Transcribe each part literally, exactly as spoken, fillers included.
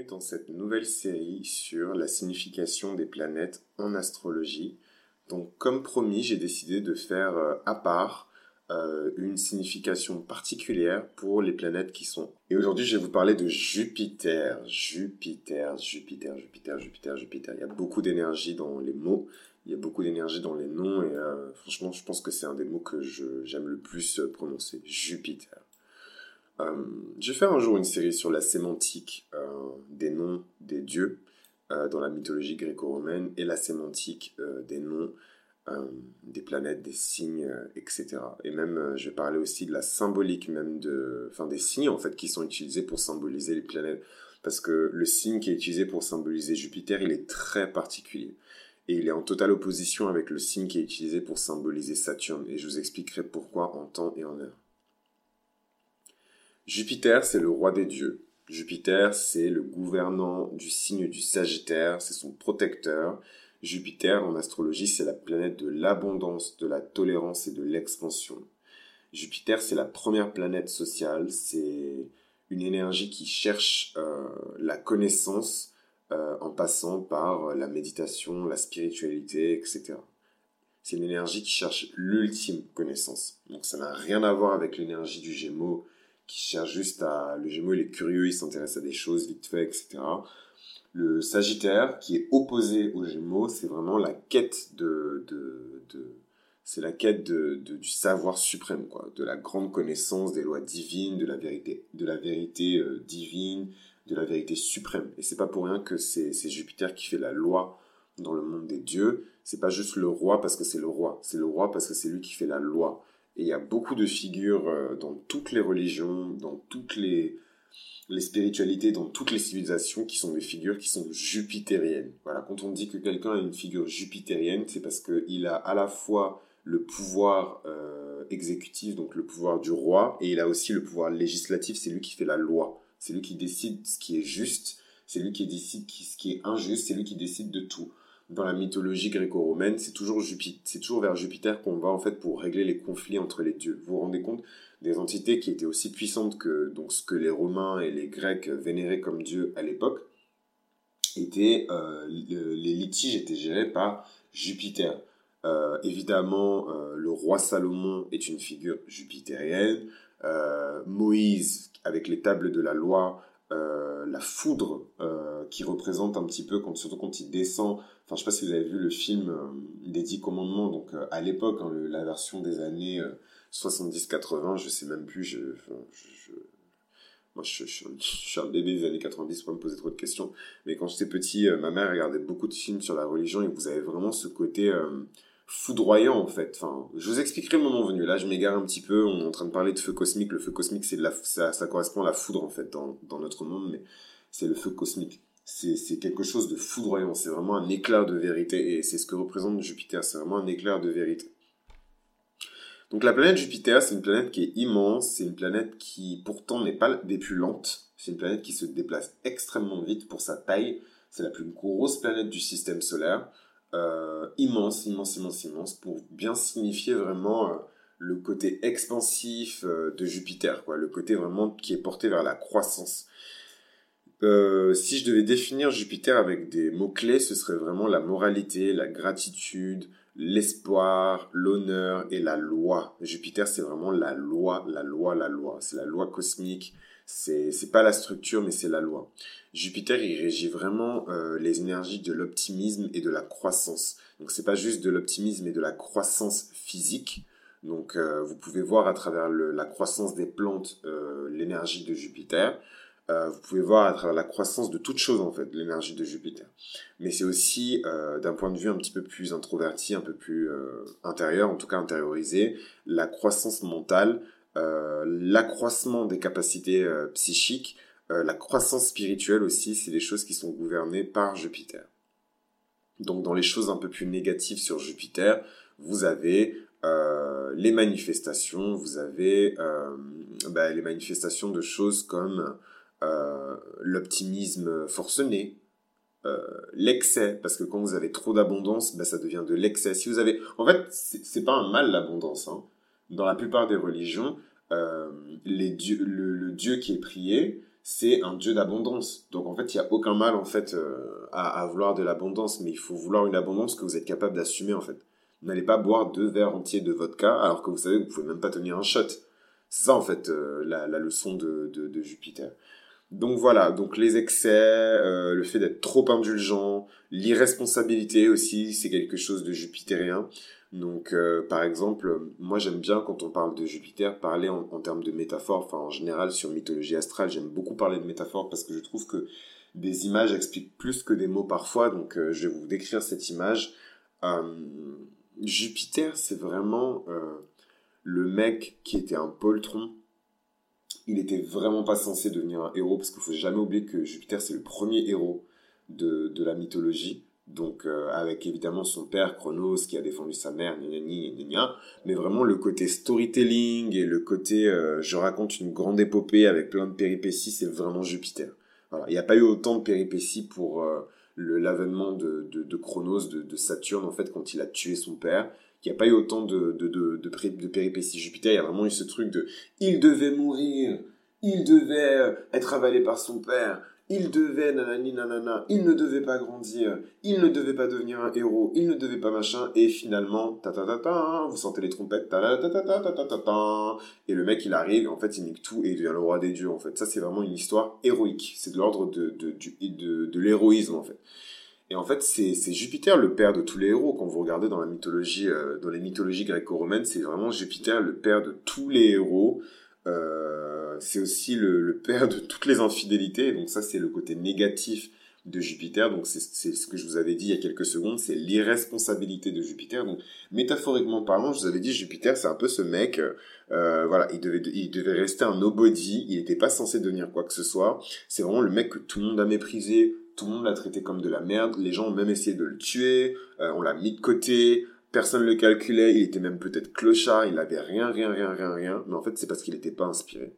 dans cette nouvelle série sur la signification des planètes en astrologie. Donc, comme promis, j'ai décidé de faire euh, à part euh, une signification particulière pour les planètes qui sont. Et aujourd'hui, je vais vous parler de Jupiter. Jupiter, Jupiter, Jupiter, Jupiter, Jupiter. Il y a beaucoup d'énergie dans les mots, il y a beaucoup d'énergie dans les noms, et euh, franchement, je pense que c'est un des mots que je, j'aime le plus prononcer. Jupiter. Euh, je vais faire un jour une série sur la sémantique euh, des noms des dieux euh, dans la mythologie gréco-romaine et la sémantique euh, des noms euh, des planètes, des signes, euh, et cetera. Et même, euh, je vais parler aussi de la symbolique même de, enfin des signes en fait qui sont utilisés pour symboliser les planètes, parce que le signe qui est utilisé pour symboliser Jupiter, il est très particulier. Et il est en totale opposition avec le signe qui est utilisé pour symboliser Saturne. Et je vous expliquerai pourquoi en temps et en heure. Jupiter, c'est le roi des dieux. Jupiter, c'est le gouvernant du signe du Sagittaire, c'est son protecteur. Jupiter, en astrologie, c'est la planète de l'abondance, de la tolérance et de l'expansion. Jupiter, c'est la première planète sociale, c'est une énergie qui cherche euh, la connaissance euh, en passant par la méditation, la spiritualité, et cetera. C'est une énergie qui cherche l'ultime connaissance. Donc ça n'a rien à voir avec l'énergie du Gémeaux, qui cherche juste à... Le Gémeaux, il est curieux, il s'intéresse à des choses vite fait, et cetera. Le Sagittaire, qui est opposé au Gémeaux, c'est vraiment la quête de... de, de c'est la quête de, de, du savoir suprême, quoi, de la grande connaissance des lois divines, de la vérité, de la vérité euh, divine, de la vérité suprême. Et c'est pas pour rien que c'est, c'est Jupiter qui fait la loi dans le monde des dieux. C'est pas juste le roi parce que c'est le roi, c'est le roi parce que c'est lui qui fait la loi. Et il y a beaucoup de figures euh, dans toutes les religions, dans toutes les, les spiritualités, dans toutes les civilisations qui sont des figures qui sont jupitériennes. Voilà, quand on dit que quelqu'un a une figure jupitérienne, c'est parce qu'il a à la fois le pouvoir euh, exécutif, donc le pouvoir du roi, et il a aussi le pouvoir législatif, c'est lui qui fait la loi. C'est lui qui décide ce qui est juste, c'est lui qui décide ce qui est injuste, c'est lui qui décide de tout. Dans la mythologie gréco-romaine, c'est toujours Jupiter, c'est toujours vers Jupiter qu'on va en fait pour régler les conflits entre les dieux. Vous vous rendez compte des entités qui étaient aussi puissantes que donc ce que les Romains et les Grecs vénéraient comme dieux à l'époque, étaient euh, les litiges étaient gérés par Jupiter. Euh, évidemment, euh, le roi Salomon est une figure jupitérienne. Euh, Moïse, avec les tables de la loi, euh, la foudre euh, qui représente un petit peu, quand, surtout quand il descend. Enfin, je sais pas si vous avez vu le film euh, des Dix Commandements, donc euh, à l'époque, hein, le, la version des années euh, soixante-dix quatre-vingts, je sais même plus, je, enfin, je, je, moi je, je, je, je suis un bébé des années quatre-vingt-dix pour me poser trop de questions, mais quand j'étais petit, euh, ma mère regardait beaucoup de films sur la religion et vous avez vraiment ce côté euh, foudroyant en fait. Enfin, je vous expliquerai le moment venu, là je m'égare un petit peu, on est en train de parler de feu cosmique, le feu cosmique c'est de la, ça, ça correspond à la foudre en fait dans, dans notre monde, mais c'est le feu cosmique. C'est, c'est quelque chose de foudroyant, c'est vraiment un éclair de vérité, et c'est ce que représente Jupiter, c'est vraiment un éclair de vérité. Donc la planète Jupiter, c'est une planète qui est immense, c'est une planète qui pourtant n'est pas des plus lentes, c'est une planète qui se déplace extrêmement vite pour sa taille, c'est la plus grosse planète du système solaire, euh, immense, immense, immense, immense, pour bien signifier vraiment euh, le côté expansif euh, de Jupiter, quoi, le côté vraiment qui est porté vers la croissance. Euh, si je devais définir Jupiter avec des mots-clés, ce serait vraiment la moralité, la gratitude, l'espoir, l'honneur et la loi. Jupiter, c'est vraiment la loi, la loi, la loi. C'est la loi cosmique. C'est, c'est pas la structure, mais c'est la loi. Jupiter, il régit vraiment euh, les énergies de l'optimisme et de la croissance. Donc, c'est pas juste de l'optimisme et de la croissance physique. Donc, euh, vous pouvez voir à travers le, la croissance des plantes euh, l'énergie de Jupiter. Euh, vous pouvez voir à travers la croissance de toute chose en fait, l'énergie de Jupiter. Mais c'est aussi euh, d'un point de vue un petit peu plus introverti, un peu plus euh, intérieur, en tout cas intériorisé, la croissance mentale, euh, l'accroissement des capacités euh, psychiques, euh, la croissance spirituelle aussi, c'est des choses qui sont gouvernées par Jupiter. Donc dans les choses un peu plus négatives sur Jupiter, vous avez euh, les manifestations, vous avez euh, bah, les manifestations de choses comme Euh, l'optimisme forcené, euh, l'excès, parce que quand vous avez trop d'abondance, bah, ça devient de l'excès. Si vous avez, en fait, c'est, c'est pas un mal l'abondance. Hein. Dans la plupart des religions, euh, les dieux, le, le dieu qui est prié, c'est un dieu d'abondance. Donc en fait, il y a aucun mal en fait euh, à, à vouloir de l'abondance, mais il faut vouloir une abondance que vous êtes capable d'assumer en fait. Vous n'allez pas boire deux verres entiers de vodka alors que vous savez que vous pouvez même pas tenir un shot. C'est ça en fait euh, la, la leçon de, de, de Jupiter. Donc voilà, donc les excès, euh, le fait d'être trop indulgent, l'irresponsabilité aussi, c'est quelque chose de jupitérien. Donc euh, par exemple, moi j'aime bien quand on parle de Jupiter, parler en, en termes de métaphores, enfin en général sur mythologie astrale, j'aime beaucoup parler de métaphores parce que je trouve que des images expliquent plus que des mots parfois, donc euh, je vais vous décrire cette image. Euh, Jupiter, c'est vraiment euh, le mec qui était un poltron. Il était vraiment pas censé devenir un héros, parce qu'il faut jamais oublier que Jupiter, c'est le premier héros de, de la mythologie. Donc, euh, avec évidemment son père, Chronos, qui a défendu sa mère, gna gna gna gna gna. Mais vraiment, le côté storytelling et le côté euh, je raconte une grande épopée avec plein de péripéties, c'est vraiment Jupiter. Voilà. Il n'y a pas eu autant de péripéties pour euh, le, l'avènement de, de, de Chronos, de, de Saturne, en fait, quand il a tué son père. Il n'y a pas eu autant de, de, de, de, pré- de péripéties Jupiter. Il y a vraiment eu ce truc de il devait mourir, il devait être avalé par son père, il devait nanani nanana, il ne devait pas grandir, il ne devait pas devenir un héros, il ne devait pas machin, et finalement, ta ta ta ta, vous sentez les trompettes, ta ta ta ta ta ta ta ta, et le mec il arrive, et en fait il nique tout, et il devient le roi des dieux, en fait. Ça c'est vraiment une histoire héroïque, c'est de l'ordre de, de, du- de, de l'héroïsme, en fait. Et en fait, c'est, c'est Jupiter le père de tous les héros. Quand vous regardez dans la mythologie, euh, dans les mythologies gréco-romaines, c'est vraiment Jupiter le père de tous les héros. Euh, c'est aussi le, le père de toutes les infidélités. Donc ça, c'est le côté négatif de Jupiter. Donc c'est, c'est ce que je vous avais dit il y a quelques secondes, c'est l'irresponsabilité de Jupiter. Donc métaphoriquement parlant, je vous avais dit Jupiter, c'est un peu ce mec. Euh, voilà, il devait, il devait rester un nobody. Il n'était pas censé devenir quoi que ce soit. C'est vraiment le mec que tout le monde a méprisé. Tout le monde l'a traité comme de la merde. Les gens ont même essayé de le tuer. Euh, on l'a mis de côté. Personne ne le calculait. Il était même peut-être clochard. Il avait rien, rien, rien, rien, rien. Mais en fait, c'est parce qu'il n'était pas inspiré.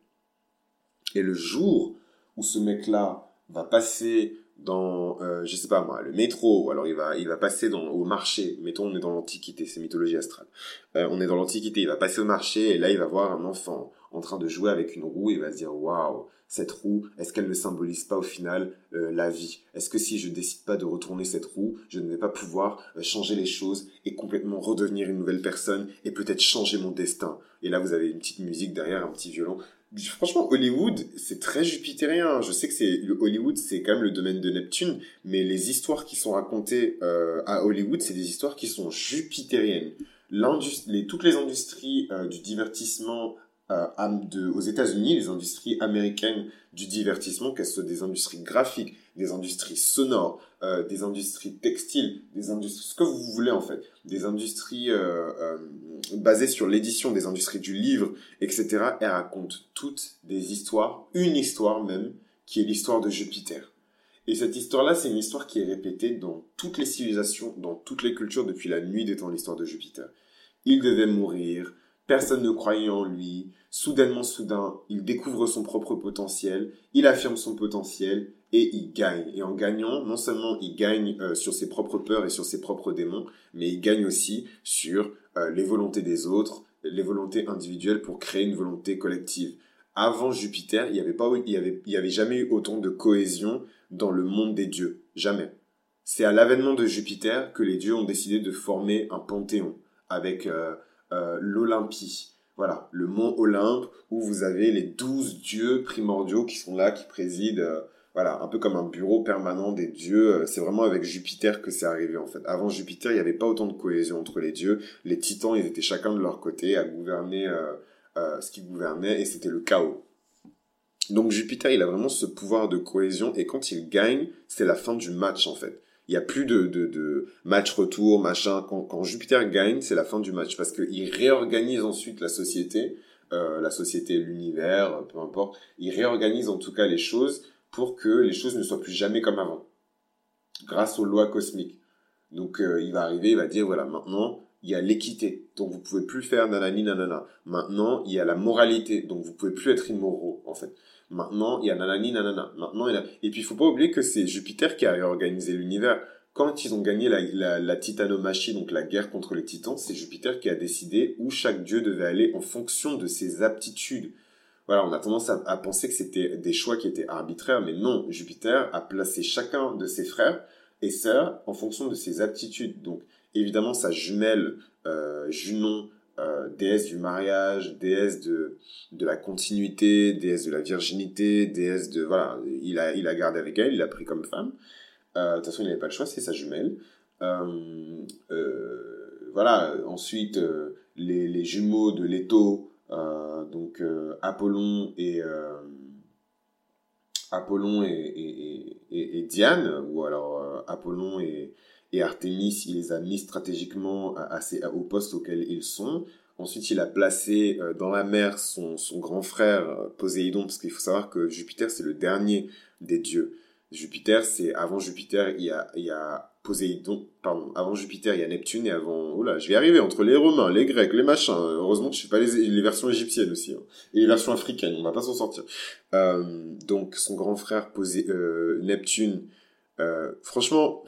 Et le jour où ce mec-là va passer dans, euh, je sais pas moi, le métro, ou alors il va, il va passer dans, au marché. Mettons, on est dans l'Antiquité, c'est mythologie astrale. Euh, on est dans l'Antiquité, il va passer au marché et là, il va voir un enfant en train de jouer avec une roue et il va se dire, waouh, cette roue, est-ce qu'elle ne symbolise pas au final euh, la vie? Est-ce que si je décide pas de retourner cette roue, je ne vais pas pouvoir euh, changer les choses et complètement redevenir une nouvelle personne et peut-être changer mon destin? Et là, vous avez une petite musique derrière, un petit violon. Franchement, Hollywood, c'est très jupitérien. Je sais que c'est Hollywood, c'est quand même le domaine de Neptune, mais les histoires qui sont racontées euh, à Hollywood, c'est des histoires qui sont jupitériennes. L'indust- les, toutes les industries euh, du divertissement euh, am- de, aux États-Unis, les industries américaines du divertissement, qu'elles soient des industries graphiques, des industries sonores, euh, des industries textiles, des industries, ce que vous voulez en fait, des industries euh, euh, basées sur l'édition, des industries du livre, et cetera. Elles racontent toutes des histoires, une histoire même, qui est l'histoire de Jupiter. Et cette histoire-là, c'est une histoire qui est répétée dans toutes les civilisations, dans toutes les cultures depuis la nuit des temps, l'histoire de Jupiter. Il devait mourir, personne ne croyait en lui, soudainement soudain, il découvre son propre potentiel, il affirme son potentiel, et il gagne. Et en gagnant, non seulement il gagne euh, sur ses propres peurs et sur ses propres démons, mais il gagne aussi sur euh, les volontés des autres, les volontés individuelles pour créer une volonté collective. Avant Jupiter, il n'y avait pas, il y avait, il y avait jamais eu autant de cohésion dans le monde des dieux. Jamais. C'est à l'avènement de Jupiter que les dieux ont décidé de former un panthéon avec euh, euh, l'Olympie. Voilà, le mont Olympe où vous avez les douze dieux primordiaux qui sont là, qui président. Euh, voilà, un peu comme un bureau permanent des dieux. C'est vraiment avec Jupiter que c'est arrivé en fait. Avant Jupiter, il n'y avait pas autant de cohésion entre les dieux. Les titans, ils étaient chacun de leur côté à gouverner euh, euh, ce qui gouvernait et c'était le chaos. Donc Jupiter, il a vraiment ce pouvoir de cohésion et quand il gagne, c'est la fin du match en fait. Il y a plus de, de, de match retour, machin. Quand, quand Jupiter gagne, c'est la fin du match parce qu'il réorganise ensuite la société, euh, la société, l'univers, peu importe. Il réorganise en tout cas les choses pour que les choses ne soient plus jamais comme avant, grâce aux lois cosmiques. Donc euh, il va arriver, il va dire voilà, maintenant il y a l'équité, donc vous pouvez plus faire nanani nanana. Maintenant il y a la moralité, donc vous pouvez plus être immoraux en fait. Maintenant il y a nanani nanana. Maintenant il y a... et puis il faut pas oublier que c'est Jupiter qui a réorganisé l'univers. Quand ils ont gagné la, la, la titanomachie, donc la guerre contre les titans, c'est Jupiter qui a décidé où chaque dieu devait aller en fonction de ses aptitudes. voilà, on a tendance à, à penser que c'était des choix qui étaient arbitraires, mais non, Jupiter a placé chacun de ses frères et sœurs en fonction de ses aptitudes. Donc, évidemment, sa jumelle, euh, Junon, euh, déesse du mariage, déesse de, de la continuité, déesse de la virginité, déesse de... Voilà, il a, il a gardé avec elle, il l'a pris comme femme. Euh, de toute façon, il n'avait pas le choix, c'est sa jumelle. Euh, euh, voilà, ensuite, euh, les, les jumeaux de Leto, euh, donc euh, Apollon et... Euh, Apollon et, et, et, et Diane, ou alors euh, Apollon et, et Artémis, il les a mis stratégiquement à, à ces, à, au poste auquel ils sont. Ensuite, il a placé euh, dans la mer son, son grand frère euh, Poséidon, parce qu'il faut savoir que Jupiter, c'est le dernier des dieux. Jupiter, c'est avant Jupiter, il y a, il y a Poséidon, pardon, avant Jupiter, il y a Neptune, et avant, oh là, je vais y arriver, entre les Romains, les Grecs, les machins, heureusement que je sais pas les, les versions égyptiennes aussi, hein, et les versions africaines, on va pas s'en sortir. Euh, donc, son grand frère Posé, euh, Neptune, euh, franchement,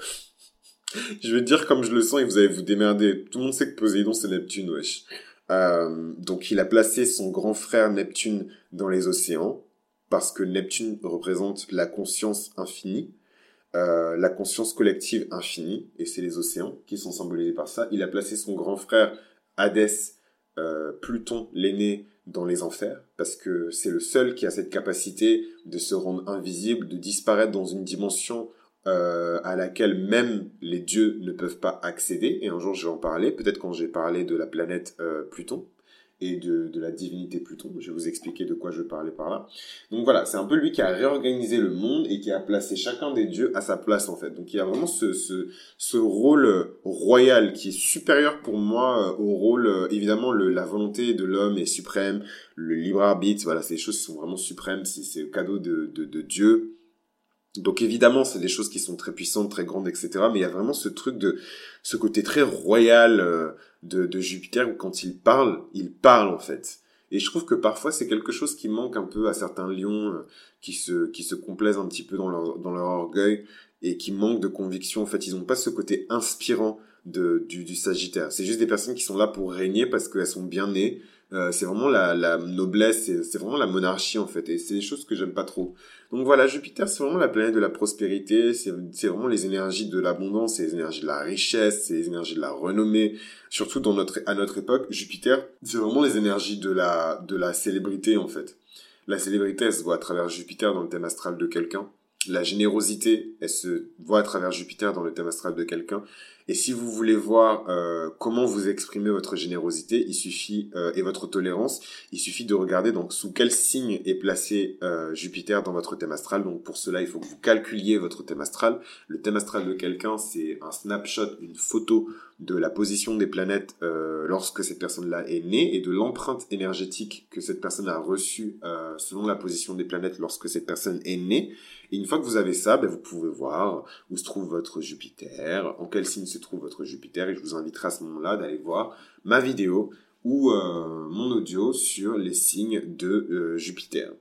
je vais dire comme je le sens et vous allez vous démerder. Tout le monde sait que Poséidon, c'est Neptune, wesh. Euh, donc, il a placé son grand frère Neptune dans les océans, parce que Neptune représente la conscience infinie, euh, la conscience collective infinie, et c'est les océans qui sont symbolisés par ça. Il a placé son grand frère Hadès, euh, Pluton, l'aîné, dans les enfers, parce que c'est le seul qui a cette capacité de se rendre invisible, de disparaître dans une dimension euh, à laquelle même les dieux ne peuvent pas accéder. Et un jour, je vais en parler, peut-être quand j'ai parlé de la planète euh, Pluton, et de, de la divinité Pluton. Je vais vous expliquer de quoi je parlais par là. Donc voilà, c'est un peu lui qui a réorganisé le monde et qui a placé chacun des dieux à sa place, en fait. Donc il y a vraiment ce, ce, ce rôle royal qui est supérieur pour moi au rôle, évidemment, le, la volonté de l'homme est suprême, le libre arbitre, voilà, c'est des choses qui sont vraiment suprêmes, c'est, c'est le cadeau de, de, de Dieu. Donc évidemment, c'est des choses qui sont très puissantes, très grandes, et cetera. Mais il y a vraiment ce truc de, ce côté très royal euh, de, de Jupiter où quand il parle, il parle en fait. Et je trouve que parfois c'est quelque chose qui manque un peu à certains lions euh, qui se qui se complaisent un petit peu dans leur dans leur orgueil et qui manquent de conviction. En fait, ils n'ont pas ce côté inspirant de du, du Sagittaire. C'est juste des personnes qui sont là pour régner parce qu'elles sont bien nées. Euh, c'est vraiment la, la noblesse, c'est, c'est vraiment la monarchie en fait, et c'est des choses que j'aime pas trop. Donc voilà, Jupiter, c'est vraiment la planète de la prospérité, c'est, c'est vraiment les énergies de l'abondance, c'est les énergies de la richesse, c'est les énergies de la renommée. Surtout dans notre, à notre époque, Jupiter, c'est vraiment les énergies de la, de la célébrité en fait. La célébrité, elle se voit à travers Jupiter dans le thème astral de quelqu'un. La générosité, elle se voit à travers Jupiter dans le thème astral de quelqu'un. Et si vous voulez voir euh, comment vous exprimez votre générosité, il suffit euh, et votre tolérance, il suffit de regarder donc sous quel signe est placé euh, Jupiter dans votre thème astral. Donc pour cela, il faut que vous calculiez votre thème astral. Le thème astral de quelqu'un, c'est un snapshot, une photo de la position des planètes euh, lorsque cette personne-là est née et de l'empreinte énergétique que cette personne a reçue euh, selon la position des planètes lorsque cette personne est née. Et une fois que vous avez ça, ben, vous pouvez voir où se trouve votre Jupiter, en quel signe se trouve votre Jupiter, et je vous inviterai à ce moment-là d'aller voir ma vidéo ou euh, mon audio sur les signes de euh, Jupiter.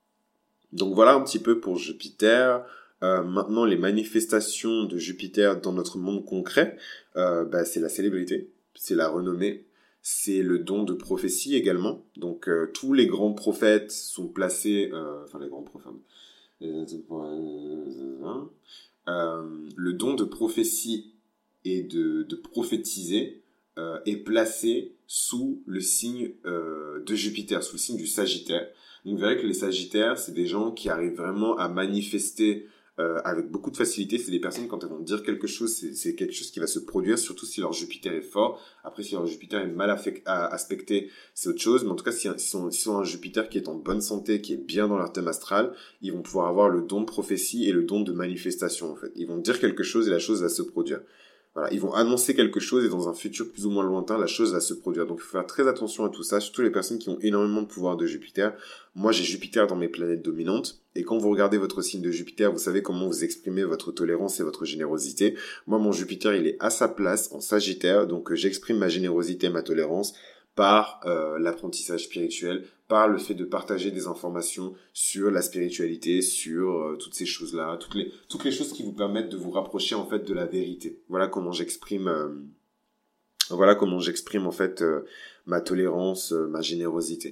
Donc voilà un petit peu pour Jupiter. Euh, maintenant, les manifestations de Jupiter dans notre monde concret, euh, bah, c'est la célébrité, c'est la renommée, c'est le don de prophétie également. Donc euh, tous les grands prophètes sont placés, euh, enfin les grands prophètes, euh, le don de prophétie et de, de prophétiser euh, est placé sous le signe euh, de Jupiter, sous le signe du Sagittaire. Donc vous verrez que les Sagittaires, c'est des gens qui arrivent vraiment à manifester euh, avec beaucoup de facilité. C'est des personnes, quand elles vont dire quelque chose, c'est, c'est quelque chose qui va se produire, surtout si leur Jupiter est fort. Après, si leur Jupiter est mal affect- à, aspecté, c'est autre chose. Mais en tout cas, si ils ont, si ont un Jupiter qui est en bonne santé, qui est bien dans leur thème astral, ils vont pouvoir avoir le don de prophétie et le don de manifestation, en fait. Ils vont dire quelque chose et la chose va se produire. Voilà, ils vont annoncer quelque chose et dans un futur plus ou moins lointain, la chose va se produire. Donc il faut faire très attention à tout ça, surtout les personnes qui ont énormément de pouvoir de Jupiter. Moi, j'ai Jupiter dans mes planètes dominantes. Et quand vous regardez votre signe de Jupiter, vous savez comment vous exprimez votre tolérance et votre générosité. Moi, mon Jupiter, il est à sa place en Sagittaire, donc euh, j'exprime ma générosité et ma tolérance par euh, l'apprentissage spirituel, par le fait de partager des informations sur la spiritualité, sur euh, toutes ces choses-là, toutes les toutes les choses qui vous permettent de vous rapprocher en fait de la vérité. Voilà comment j'exprime euh, voilà comment j'exprime en fait euh, ma tolérance, euh, ma générosité.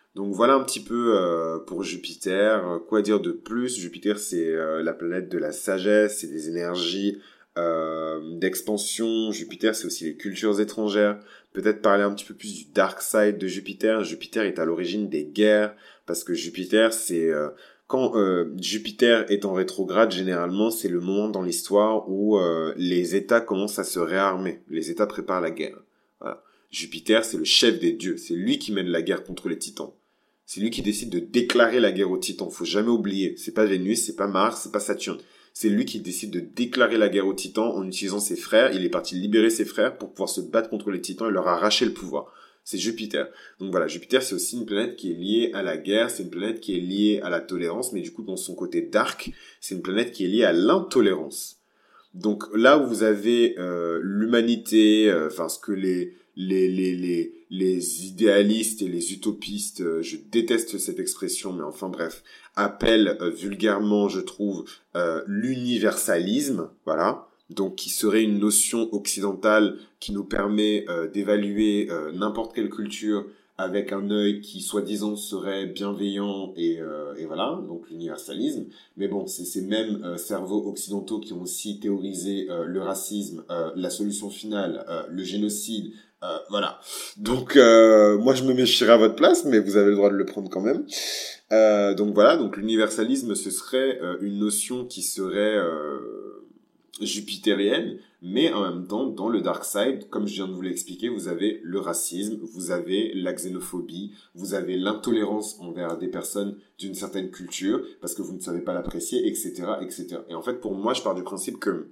Donc voilà un petit peu euh, pour Jupiter. Euh, Quoi dire de plus? Jupiter, c'est euh, la planète de la sagesse, c'est des énergies euh, d'expansion. Jupiter, c'est aussi les cultures étrangères. Peut-être parler un petit peu plus du dark side de Jupiter. Jupiter est à l'origine des guerres, parce que Jupiter, c'est... euh, quand euh, Jupiter est en rétrograde, généralement, c'est le moment dans l'histoire où euh, les États commencent à se réarmer. Les États préparent la guerre. Voilà. Jupiter, c'est le chef des dieux. C'est lui qui mène la guerre contre les titans. C'est lui qui décide de déclarer la guerre aux titans. Faut jamais oublier. C'est pas Vénus, c'est pas Mars, c'est pas Saturne. C'est lui qui décide de déclarer la guerre aux titans en utilisant ses frères. Il est parti libérer ses frères pour pouvoir se battre contre les titans et leur arracher le pouvoir. C'est Jupiter. Donc voilà, Jupiter, c'est aussi une planète qui est liée à la guerre, c'est une planète qui est liée à la tolérance, mais du coup, dans son côté dark, c'est une planète qui est liée à l'intolérance. Donc là où vous avez euh, l'humanité, enfin euh, ce que les les les les les idéalistes et les utopistes, euh, je déteste cette expression, mais enfin bref, appellent euh, vulgairement, je trouve, euh, l'universalisme, voilà. Donc qui serait une notion occidentale qui nous permet euh, d'évaluer euh, n'importe quelle culture avec un œil qui soi-disant serait bienveillant et, euh, et voilà, donc l'universalisme. Mais bon, c'est ces mêmes euh, cerveaux occidentaux qui ont aussi théorisé euh, le racisme, euh, la solution finale, euh, le génocide, euh, voilà. Donc euh, moi je me méfierais à votre place, mais vous avez le droit de le prendre quand même. Euh, donc voilà, donc l'universalisme ce serait euh, une notion qui serait euh, jupitérienne, mais en même temps, dans le dark side, comme je viens de vous l'expliquer, vous avez le racisme, vous avez la xénophobie, vous avez l'intolérance envers des personnes d'une certaine culture, parce que vous ne savez pas l'apprécier, et cetera, et cetera. Et en fait, pour moi, je pars du principe que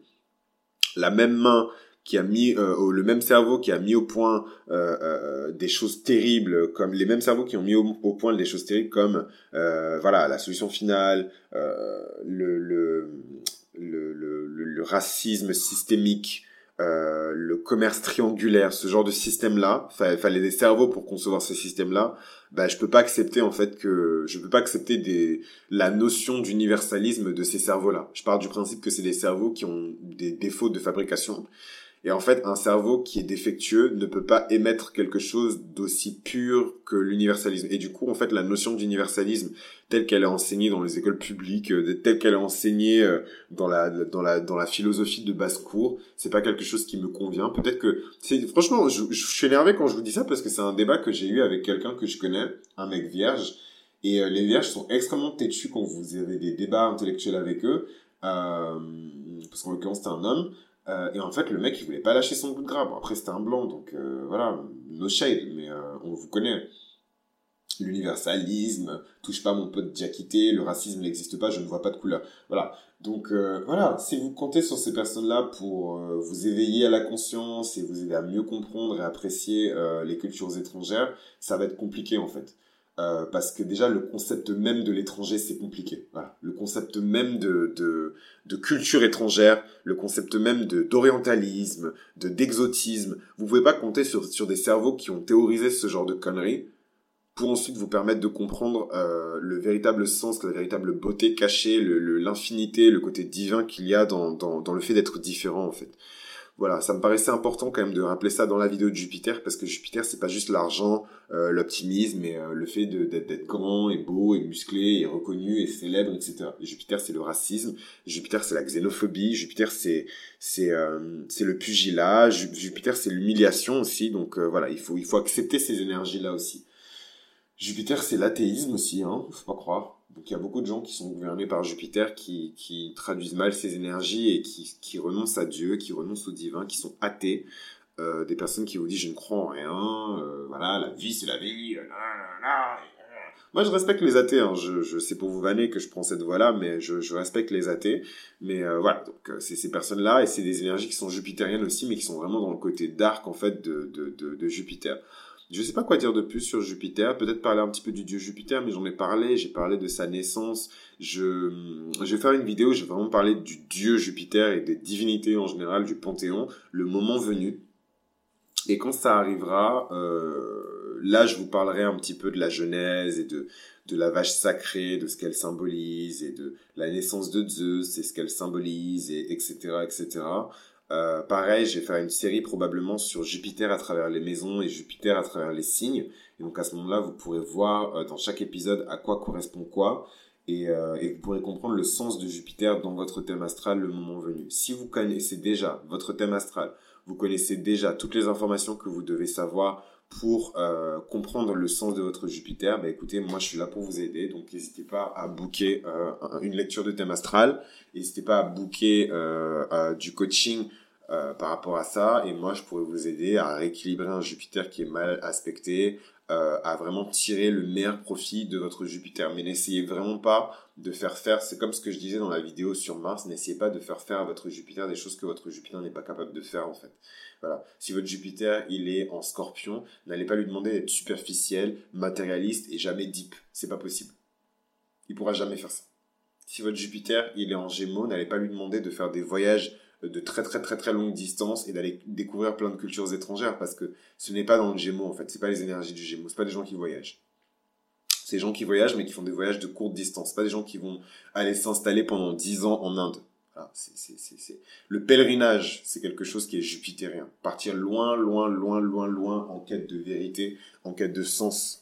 la même main qui a mis euh, le même cerveau qui a mis au point euh, euh, des choses terribles, comme les mêmes cerveaux qui ont mis au, au point des choses terribles comme euh, voilà la solution finale, euh, le, le le, le, le, le racisme systémique, euh, le commerce triangulaire, ce genre de système-là, il fallait des cerveaux pour concevoir ce système-là, bah, je peux pas accepter, en fait, que, je peux pas accepter des, la notion d'universalisme de ces cerveaux-là. Je pars du principe que c'est des cerveaux qui ont des défauts de fabrication. Et en fait, un cerveau qui est défectueux ne peut pas émettre quelque chose d'aussi pur que l'universalisme. Et du coup, en fait, la notion d'universalisme, telle qu'elle est enseignée dans les écoles publiques, telle qu'elle est enseignée dans la dans la dans la philosophie de basse-cour, c'est pas quelque chose qui me convient. Peut-être que c'est franchement, je, je suis énervé quand je vous dis ça parce que c'est un débat que j'ai eu avec quelqu'un que je connais, un mec vierge. Et euh, les vierges sont extrêmement têtus quand vous avez des débats intellectuels avec eux, euh, parce qu'en l'occurrence, c'est un homme. Euh, et en fait, le mec, il voulait pas lâcher son bout de gras. Bon, après, c'était un blanc, donc euh, voilà, no shade, mais euh, on vous connaît. L'universalisme, touche pas mon pote diaquité, le racisme n'existe pas, je ne vois pas de couleur. Voilà. Donc euh, voilà, si vous comptez sur ces personnes-là pour euh, vous éveiller à la conscience et vous aider à mieux comprendre et apprécier euh, les cultures étrangères, ça va être compliqué en fait. Euh, parce que déjà le concept même de l'étranger c'est compliqué. Voilà, le concept même de de de culture étrangère, le concept même de d'orientalisme, de d'exotisme. Vous pouvez pas compter sur sur des cerveaux qui ont théorisé ce genre de conneries pour ensuite vous permettre de comprendre euh, le véritable sens, la véritable beauté cachée, le, le l'infinité, le côté divin qu'il y a dans dans dans le fait d'être différent en fait. Voilà, ça me paraissait important quand même de rappeler ça dans la vidéo de Jupiter, parce que Jupiter, c'est pas juste l'argent, euh, l'optimisme et euh, le fait de, d'être, d'être grand et beau et musclé et reconnu et célèbre, et cetera. Jupiter, c'est le racisme. Jupiter, c'est la xénophobie. Jupiter, c'est c'est euh, c'est le pugilat. Ju- Jupiter, c'est l'humiliation aussi. Donc euh, voilà, il faut il faut accepter ces énergies-là aussi. Jupiter, c'est l'athéisme aussi, hein, faut pas croire. Donc il y a beaucoup de gens qui sont gouvernés par Jupiter, qui, qui traduisent mal ces énergies et qui, qui renoncent à Dieu, qui renoncent au divin, qui sont athées. Euh, des personnes qui vous disent je ne crois en rien, euh, voilà, la vie c'est la vie, euh, nanana, euh. Moi je respecte les athées, hein. je, je sais pour vous vanner que je prends cette voie-là, mais je, je respecte les athées. Mais euh, voilà, donc euh, c'est ces personnes-là et c'est des énergies qui sont jupitériennes aussi, mais qui sont vraiment dans le côté dark en fait de, de, de, de Jupiter. Je sais pas quoi dire de plus sur Jupiter. Peut-être parler un petit peu du dieu Jupiter, mais j'en ai parlé. J'ai parlé de sa naissance. Je, je vais faire une vidéo. Je vais vraiment parler du dieu Jupiter et des divinités en général du Panthéon, le moment venu. Et quand ça arrivera, euh, là, je vous parlerai un petit peu de la Genèse et de de la vache sacrée, de ce qu'elle symbolise et de la naissance de Zeus et ce qu'elle symbolise et etc etc. Euh, pareil, je vais faire une série probablement sur Jupiter à travers les maisons et Jupiter à travers les signes. Et donc à ce moment-là, vous pourrez voir euh, dans chaque épisode à quoi correspond quoi. Et, euh, et vous pourrez comprendre le sens de Jupiter dans votre thème astral le moment venu. Si vous connaissez déjà votre thème astral, vous connaissez déjà toutes les informations que vous devez savoir pour euh, comprendre le sens de votre Jupiter, bah écoutez, moi je suis là pour vous aider, donc n'hésitez pas à booker euh, une lecture de thème astral, n'hésitez pas à booker euh, euh, du coaching euh, par rapport à ça, et moi je pourrais vous aider à rééquilibrer un Jupiter qui est mal aspecté, euh, à vraiment tirer le meilleur profit de votre Jupiter. Mais n'essayez vraiment pas de faire faire, c'est comme ce que je disais dans la vidéo sur Mars, n'essayez pas de faire faire à votre Jupiter des choses que votre Jupiter n'est pas capable de faire en fait. Voilà. Si votre Jupiter, il est en Scorpion, n'allez pas lui demander d'être superficiel, matérialiste et jamais deep. C'est pas possible. Il pourra jamais faire ça. Si votre Jupiter, il est en Gémeaux, n'allez pas lui demander de faire des voyages de très très très très longue distance et d'aller découvrir plein de cultures étrangères parce que ce n'est pas dans le Gémeaux en fait, c'est pas les énergies du Gémeaux, c'est pas des gens qui voyagent. C'est des gens qui voyagent mais qui font des voyages de courte distance, c'est pas des gens qui vont aller s'installer pendant dix ans en Inde. Voilà, c'est, c'est, c'est, c'est... Le pèlerinage, c'est quelque chose qui est jupitérien. Partir loin, loin, loin, loin, loin en quête de vérité, en quête de sens,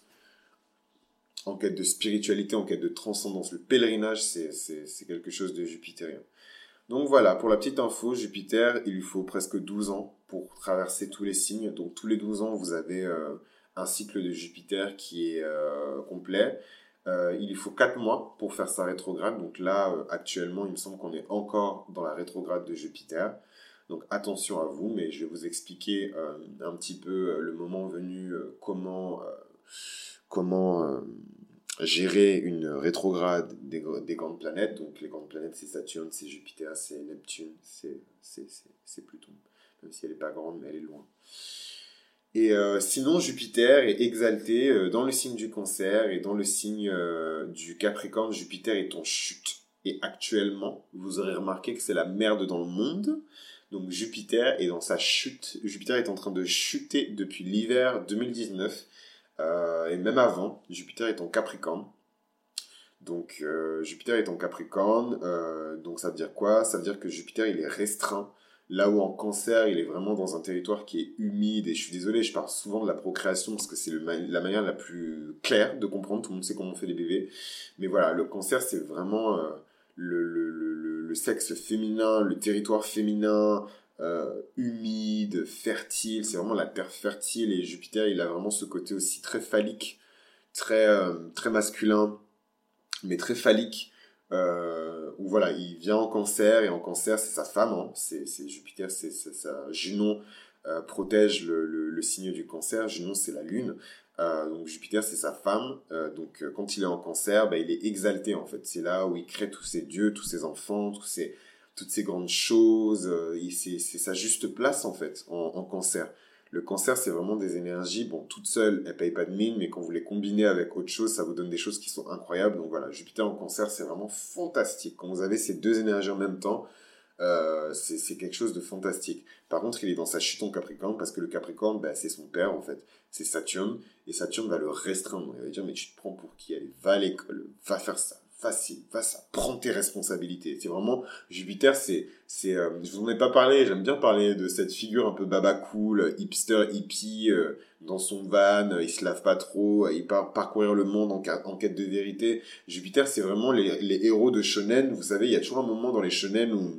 en quête de spiritualité, en quête de transcendance. Le pèlerinage, c'est, c'est, c'est quelque chose de jupitérien. Donc voilà, pour la petite info, Jupiter, il lui faut presque douze ans pour traverser tous les signes. Donc tous les douze ans, vous avez euh, un cycle de Jupiter qui est euh, complet. Euh, il lui faut quatre mois pour faire sa rétrograde. Donc là, euh, actuellement, il me semble qu'on est encore dans la rétrograde de Jupiter. Donc attention à vous, mais je vais vous expliquer euh, un petit peu euh, le moment venu, euh, comment... Euh, comment euh, gérer une rétrograde des, des grandes planètes. Donc les grandes planètes, c'est Saturne, c'est Jupiter, c'est Neptune, c'est, c'est, c'est, c'est Pluton. Même si elle n'est pas grande, mais elle est loin. Et euh, sinon, Jupiter est exalté euh, dans le signe du Cancer et dans le signe euh, du Capricorne. Jupiter est en chute. Et actuellement, vous aurez remarqué que c'est la merde dans le monde. Donc Jupiter est dans sa chute. Jupiter est en train de chuter depuis l'hiver deux mille dix-neuf. Euh, et même avant, Jupiter est en Capricorne. Donc euh, Jupiter est en Capricorne, euh, donc ça veut dire quoi? Ça veut dire que Jupiter il est restreint, là où en Cancer il est vraiment dans un territoire qui est humide, et je suis désolé, je parle souvent de la procréation parce que c'est le ma- la manière la plus claire de comprendre, tout le monde sait comment on fait des bébés, mais voilà, le Cancer c'est vraiment euh, le, le, le, le sexe féminin, le territoire féminin, Euh, humide, fertile, c'est vraiment la terre fertile, et Jupiter il a vraiment ce côté aussi très phallique, très, euh, très masculin, mais très phallique, euh, où voilà, il vient en Cancer, et en Cancer c'est sa femme, hein, c'est, c'est Jupiter, c'est, c'est ça, Junon euh, protège le, le, le signe du Cancer, Junon c'est la lune, euh, donc Jupiter c'est sa femme, euh, donc euh, quand il est en Cancer, bah, il est exalté en fait, c'est là où il crée tous ses dieux, tous ses enfants, tous ses toutes ces grandes choses, euh, c'est, c'est sa juste place en fait en, en Cancer. Le Cancer, c'est vraiment des énergies, bon, toutes seules, elles payent pas de mine, mais quand vous les combinez avec autre chose, ça vous donne des choses qui sont incroyables. Donc voilà, Jupiter en Cancer, c'est vraiment fantastique. Quand vous avez ces deux énergies en même temps, euh, c'est, c'est quelque chose de fantastique. Par contre, il est dans sa chute en Capricorne, parce que le Capricorne, bah, c'est son père en fait, c'est Saturne, et Saturne va le restreindre. Il va dire, mais tu te prends pour qui? Allez, va à l'école, va faire ça. Facile, va ça, prends tes responsabilités. C'est vraiment, Jupiter, c'est, c'est, euh, je vous en ai pas parlé, j'aime bien parler de cette figure un peu baba cool, hipster, hippie, euh, dans son van, euh, il se lave pas trop, euh, il part parcourir le monde en, en quête de vérité. Jupiter, c'est vraiment les, les héros de shonen. Vous savez, il y a toujours un moment dans les shonen où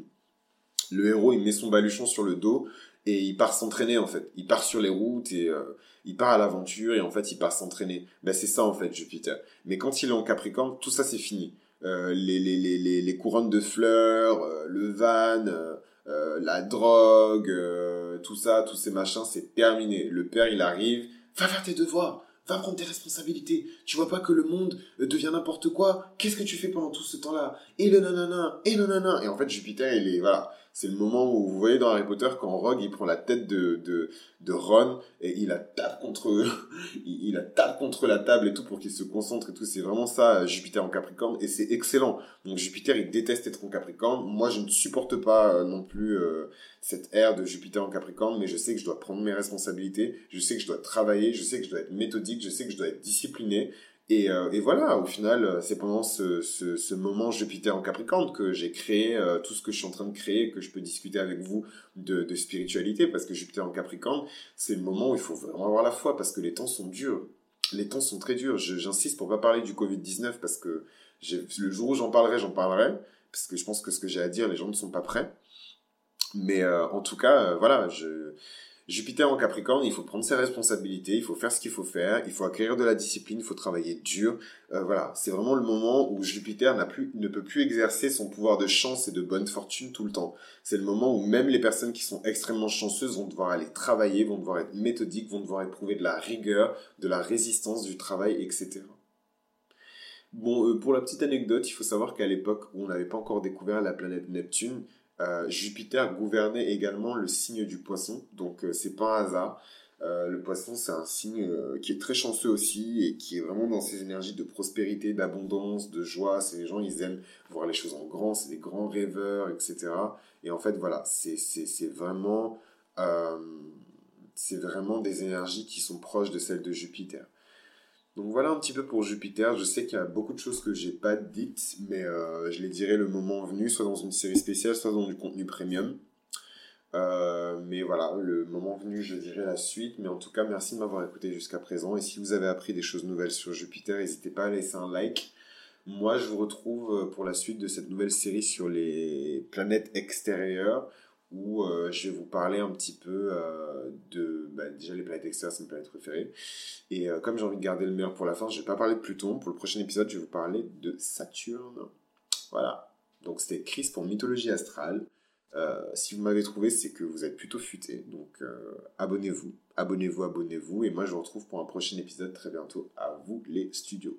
le héros, il met son baluchon sur le dos et il part s'entraîner, en fait. Il part sur les routes et euh, il part à l'aventure et en fait, il part s'entraîner. Ben, c'est ça, en fait, Jupiter. Mais quand il est en Capricorne, tout ça, c'est fini. Euh, les, les, les, les, les couronnes de fleurs, euh, le van, euh, euh, la drogue, euh, tout ça, tous ces machins, c'est terminé. Le père, il arrive, va faire tes devoirs, va prendre tes responsabilités. Tu vois pas que le monde devient n'importe quoi? Qu'est-ce que tu fais pendant tout ce temps-là? Et le nanana, et le nanana. Et en fait, Jupiter, il est, voilà. C'est le moment où vous voyez dans Harry Potter quand Rogue il prend la tête de, de, de Ron et il la tape contre il, il la tape contre la table et tout pour qu'il se concentre et tout. C'est vraiment ça, Jupiter en Capricorne, et c'est excellent. Donc Jupiter il déteste être en Capricorne. Moi je ne supporte pas euh, non plus euh, cette ère de Jupiter en Capricorne, mais je sais que je dois prendre mes responsabilités, je sais que je dois travailler, je sais que je dois être méthodique, je sais que je dois être discipliné. Et, euh, et voilà, au final, c'est pendant ce, ce, ce moment Jupiter en Capricorne que j'ai créé euh, tout ce que je suis en train de créer, que je peux discuter avec vous de, de spiritualité, parce que Jupiter en Capricorne, c'est le moment où il faut vraiment avoir la foi, parce que les temps sont durs. Les temps sont très durs. Je- J'insiste pour pas parler du covid dix-neuf, parce que j'ai- le jour où j'en parlerai, j'en parlerai, parce que je pense que ce que j'ai à dire, les gens ne sont pas prêts. Mais euh, en tout cas, euh, voilà, je... Jupiter en Capricorne, il faut prendre ses responsabilités, il faut faire ce qu'il faut faire, il faut acquérir de la discipline, il faut travailler dur. Euh, voilà, c'est vraiment le moment où Jupiter n'a plus, ne peut plus exercer son pouvoir de chance et de bonne fortune tout le temps. C'est le moment où même les personnes qui sont extrêmement chanceuses vont devoir aller travailler, vont devoir être méthodiques, vont devoir éprouver de la rigueur, de la résistance, du travail, et cetera. Bon, euh, pour la petite anecdote, il faut savoir qu'à l'époque où on n'avait pas encore découvert la planète Neptune, euh, Jupiter gouvernait également le signe du Poisson, donc euh, c'est pas un hasard. Euh, le Poisson, c'est un signe euh, qui est très chanceux aussi et qui est vraiment dans ses énergies de prospérité, d'abondance, de joie. C'est les gens, ils aiment voir les choses en grand, c'est des grands rêveurs, et cetera. Et en fait, voilà, c'est c'est c'est vraiment euh, c'est vraiment des énergies qui sont proches de celles de Jupiter. Donc voilà un petit peu pour Jupiter. Je sais qu'il y a beaucoup de choses que j'ai pas dites, mais euh, je les dirai le moment venu, soit dans une série spéciale, soit dans du contenu premium. Euh, mais voilà, le moment venu, je dirai la suite. Mais en tout cas, merci de m'avoir écouté jusqu'à présent. Et si vous avez appris des choses nouvelles sur Jupiter, n'hésitez pas à laisser un like. Moi, je vous retrouve pour la suite de cette nouvelle série sur les planètes extérieures, où euh, je vais vous parler un petit peu euh, de... Bah, déjà, les planètes extérieures, c'est mes planètes préférées. Et euh, comme j'ai envie de garder le meilleur pour la fin, je vais pas parler de Pluton. Pour le prochain épisode, je vais vous parler de Saturne. Voilà. Donc c'était Chris pour Mythologie Astrale. Euh, si vous m'avez trouvé, c'est que vous êtes plutôt futé. Donc euh, abonnez-vous, abonnez-vous, abonnez-vous. Et moi, je vous retrouve pour un prochain épisode très bientôt. À vous les studios.